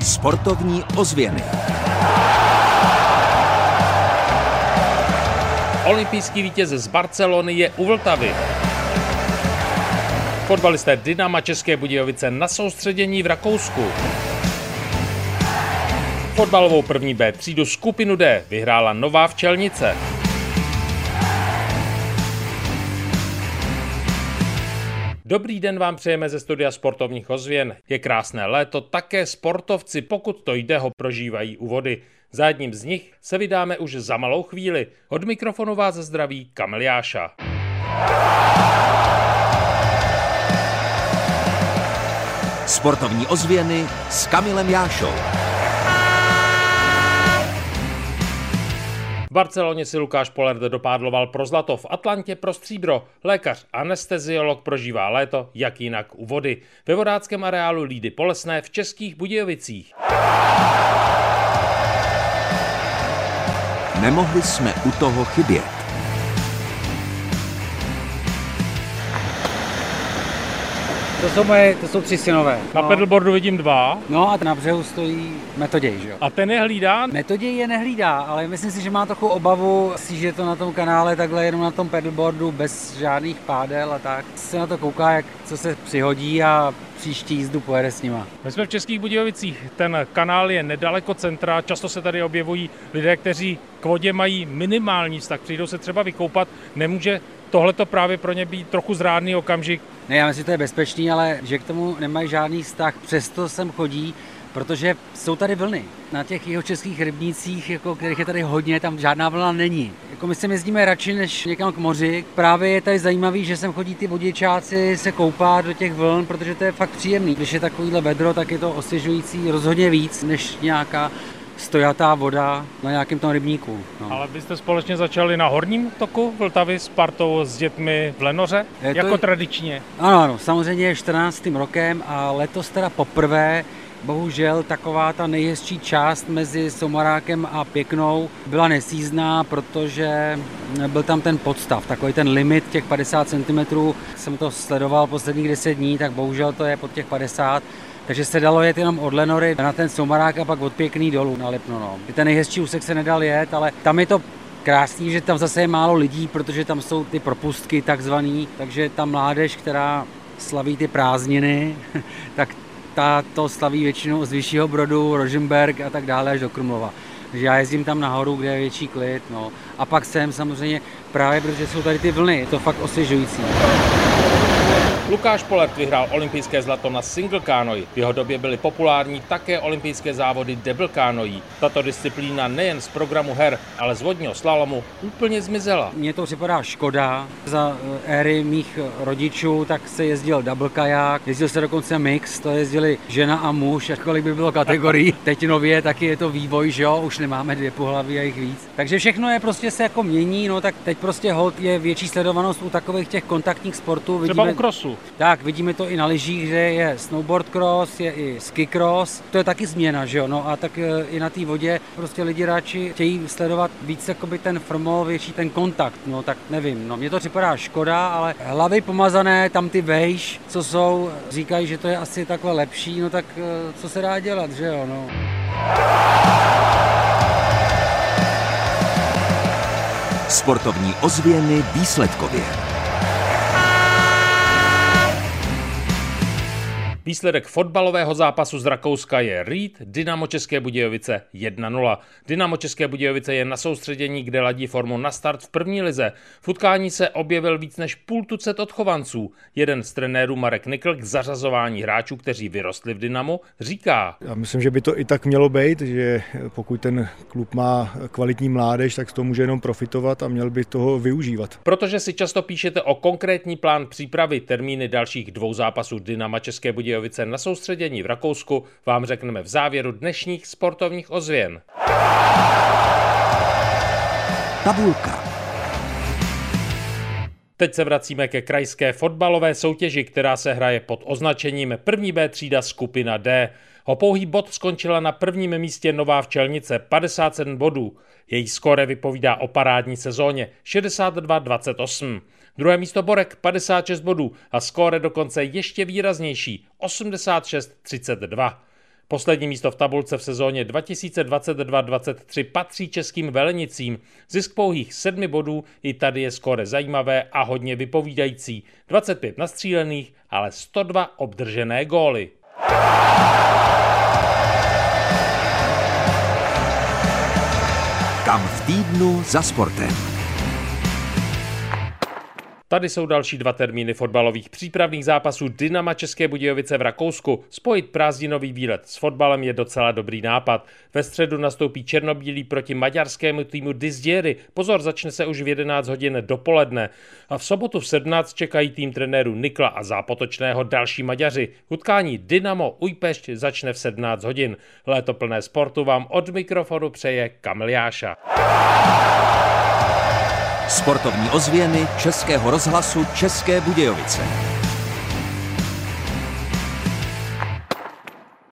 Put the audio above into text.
Sportovní ozvěny. Olympijský vítěz z Barcelony je u Vltavy. Fotbalisté Dynama České Budějovice na soustředění v Rakousku. Fotbalovou první B třídu skupinu D vyhrála Nová Včelnice. Dobrý den vám přejeme ze studia Sportovních ozvěn. Je krásné léto, také sportovci, pokud to jde, ho prožívají u vody. Za jedním z nich se vydáme už za malou chvíli. Od mikrofonu vás zdraví Kamil Jáša. Sportovní ozvěny s Kamilem Jášou. V Barceloně si Lukáš Polert dopádloval pro zlato, v Atlantě pro stříbro. Lékař anesteziolog prožívá léto jak jinak u vody. Ve vodáckém areálu Lídy Polesné v Českých Budějovicích. Nemohli jsme u toho chybět. To jsou tři synové. Na pedalboardu vidím dva. No a na břehu stojí Metoděj, že jo? A ten je hlídá? Metoděj je nehlídá, ale myslím si, že má trochu obavu, že to na tom kanále takhle jenom na tom pedalboardu bez žádných pádel a tak. Se na to kouká, jak co se přihodí a příští jízdu pojede s nima. My jsme v Českých Budějovicích, ten kanál je nedaleko centra, často se tady objevují lidé, kteří k vodě mají minimální vztah, přijdou se třeba vykoupat, nemůže tohleto právě pro ně být trochu zrádný okamžik? Ne, já myslím, že to je bezpečný, ale že k tomu nemají žádný vztah, přesto sem chodí, protože jsou tady vlny. Na těch jihočeských rybnících, kterých je tady hodně, tam žádná vlna není. My sem jezdíme radši než někam k moři. Právě je tady zajímavý, že sem chodí ty vodičáci se koupat do těch vln, protože to je fakt příjemný. Když je takovýhle vedro, tak je to osvěžující rozhodně víc než nějaká stojatá voda na nějakém tom rybníku. No. Ale vy jste společně začali na horním toku Vltavy s partou s dětmi v Lenoře? Tradičně? Ano, samozřejmě je 14. rokem a letos teda poprvé bohužel taková ta nejhezčí část mezi Somarákem a Pěknou byla nesízná, protože byl tam ten podstav, takový ten limit těch 50 cm. Jsem to sledoval posledních 10 dní, tak bohužel to je pod těch 50. Takže se dalo jet jenom od Lenory na ten Somarák a pak od Pěkný dolů na Lipno. No. Ten nejhezčí úsek se nedal jet, ale tam je to krásný, že tam zase je málo lidí, protože tam jsou ty propustky takzvaný, takže ta mládež, která slaví ty prázdniny, tak ta to slaví většinou z Vyššího Brodu, Rožmberk a tak dále až do Krumlova. Takže já jezdím tam nahoru, kde je větší klid. No. A pak jsem samozřejmě právě, protože jsou tady ty vlny, je to fakt osvěžující. Lukáš Polert vyhrál olympijské zlato na single kánoi. V jeho době byly populární také olympijské závody double kánoi. Tato disciplína nejen z programu her, ale z vodního slalomu úplně zmizela. Mně to připadá škoda. Za éry mých rodičů tak se jezdil double kaják, jezdil se dokonce mix, to jezdili žena a muž, kolik by bylo kategorií. Teď nově taky je to vývoj, že jo, už nemáme dvě pohlaví a jich víc. Takže všechno je prostě se jako mění, no tak teď prostě holt je větší sledovanost u takových těch kontaktních sportů. Třeba u crossu. Tak, vidíme to i na lyžích, že je snowboard cross, je i ski cross, to je taky změna, že jo, no a tak i na té vodě prostě lidi radši chtějí sledovat víc jakoby ten formal, větší ten kontakt, no tak nevím, no mně to připadá škoda, ale hlavy pomazané, tam ty vejš, co jsou, říkají, že to je asi takhle lepší, no tak co se dá dělat, že jo, no. Sportovní ozvěny výsledkově. Výsledek fotbalového zápasu z Rakouska je Ried, Dynamo České Budějovice 1-0. Dynamo České Budějovice je na soustředění, kde ladí formu na start v první lize. V utkání se objevil víc než půl tucet odchovanců. Jeden z trenérů Marek Nikl k zařazování hráčů, kteří vyrostli v Dynamu, říká: Já myslím, že by to i tak mělo být, že pokud ten klub má kvalitní mládež, tak to může jenom profitovat a měl by toho využívat. Protože si často píšete o konkrétní plán přípravy, termíny dalších dvou zápasů Dynama České Budějovice na soustředění v Rakousku, vám řekneme v závěru dnešních sportovních ozvěn. Tabulka. Teď se vracíme ke krajské fotbalové soutěži, která se hraje pod označením první B třída skupina D. O pouhý bod skončila na prvním místě Nová Včelnice 57 bodů. Její skóre vypovídá o parádní sezóně 62-28. Druhé místo Borek 56 bodů a skóre dokonce ještě výraznější 86-32. Poslední místo v tabulce v sezóně 2022-23 patří českým Velenicím. Zisk pouhých 7 bodů, i tady je skóre zajímavé a hodně vypovídající. 25 nastřílených, ale 102 obdržené góly. Kam v týdnu za sportem. Tady jsou další 2 termíny fotbalových přípravných zápasů Dynama České Budějovice v Rakousku. Spojit prázdninový výlet s fotbalem je docela dobrý nápad. Ve středu nastoupí černobílí proti maďarskému týmu Dizdiery. Pozor, začne se už v 11 hodin dopoledne. A v sobotu v 17 čekají tým trenérů Nikla a Zápotočného další Maďaři. Utkání Dynamo Újpešť začne v 17 hodin. Léto plné sportu vám od mikrofonu přeje Kamil Jáša. Sportovní ozvěny Českého rozhlasu České Budějovice.